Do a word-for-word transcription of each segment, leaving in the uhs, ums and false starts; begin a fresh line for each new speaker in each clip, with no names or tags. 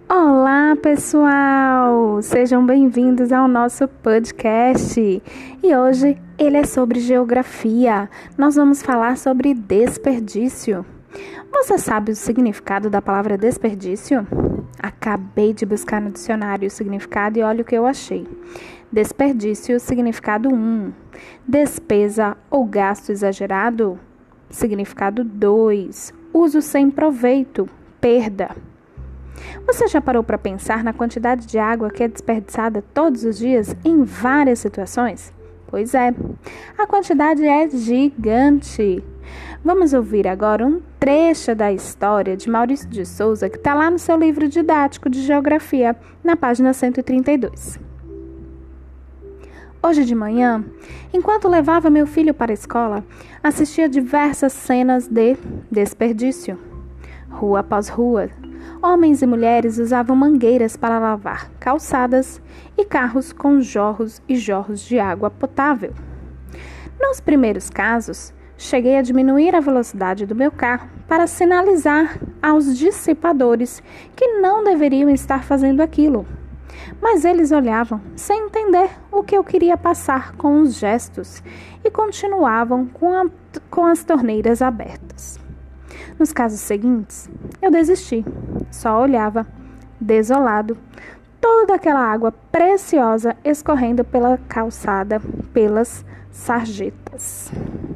Olá, pessoal! Sejam bem-vindos ao nosso podcast. E hoje ele é sobre geografia. Nós vamos falar sobre desperdício. Você sabe o significado da palavra desperdício? Acabei de buscar no dicionário o significado e olha o que eu achei. Desperdício, significado um. Despesa ou gasto exagerado, significado dois. Uso sem proveito, perda. Você já parou para pensar na quantidade de água que é desperdiçada todos os dias em várias situações? Pois é, a quantidade é gigante. Vamos ouvir agora um trecho da história de Maurício de Souza, que está lá no seu livro didático de geografia, na página cento e trinta e dois. Hoje de manhã, enquanto levava meu filho para a escola, assistia diversas cenas de desperdício. Rua após rua, homens e mulheres usavam mangueiras para lavar calçadas e carros com jorros e jorros de água potável. Nos primeiros casos, cheguei a diminuir a velocidade do meu carro para sinalizar aos dissipadores que não deveriam estar fazendo aquilo. Mas eles olhavam sem entender o que eu queria passar com os gestos e continuavam com, a, com as torneiras abertas. Nos casos seguintes, eu desisti, só olhava, desolado, toda aquela água preciosa escorrendo pela calçada, pelas sarjetas.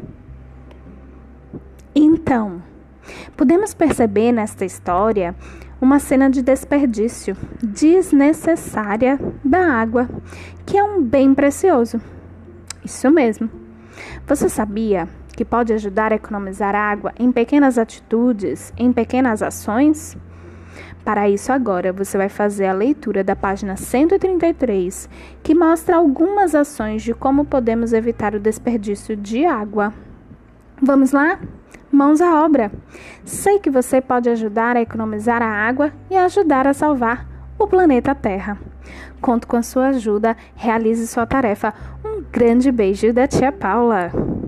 Então, podemos perceber nesta história uma cena de desperdício desnecessária da água, que é um bem precioso. Isso mesmo. Você sabia que pode ajudar a economizar água em pequenas atitudes, em pequenas ações? Para isso, agora você vai fazer a leitura da página cento e trinta e três, que mostra algumas ações de como podemos evitar o desperdício de água. Vamos lá? Mãos à obra! Sei que você pode ajudar a economizar a água e ajudar a salvar o planeta Terra. Conto com a sua ajuda, realize sua tarefa. Um grande beijo da tia Paula!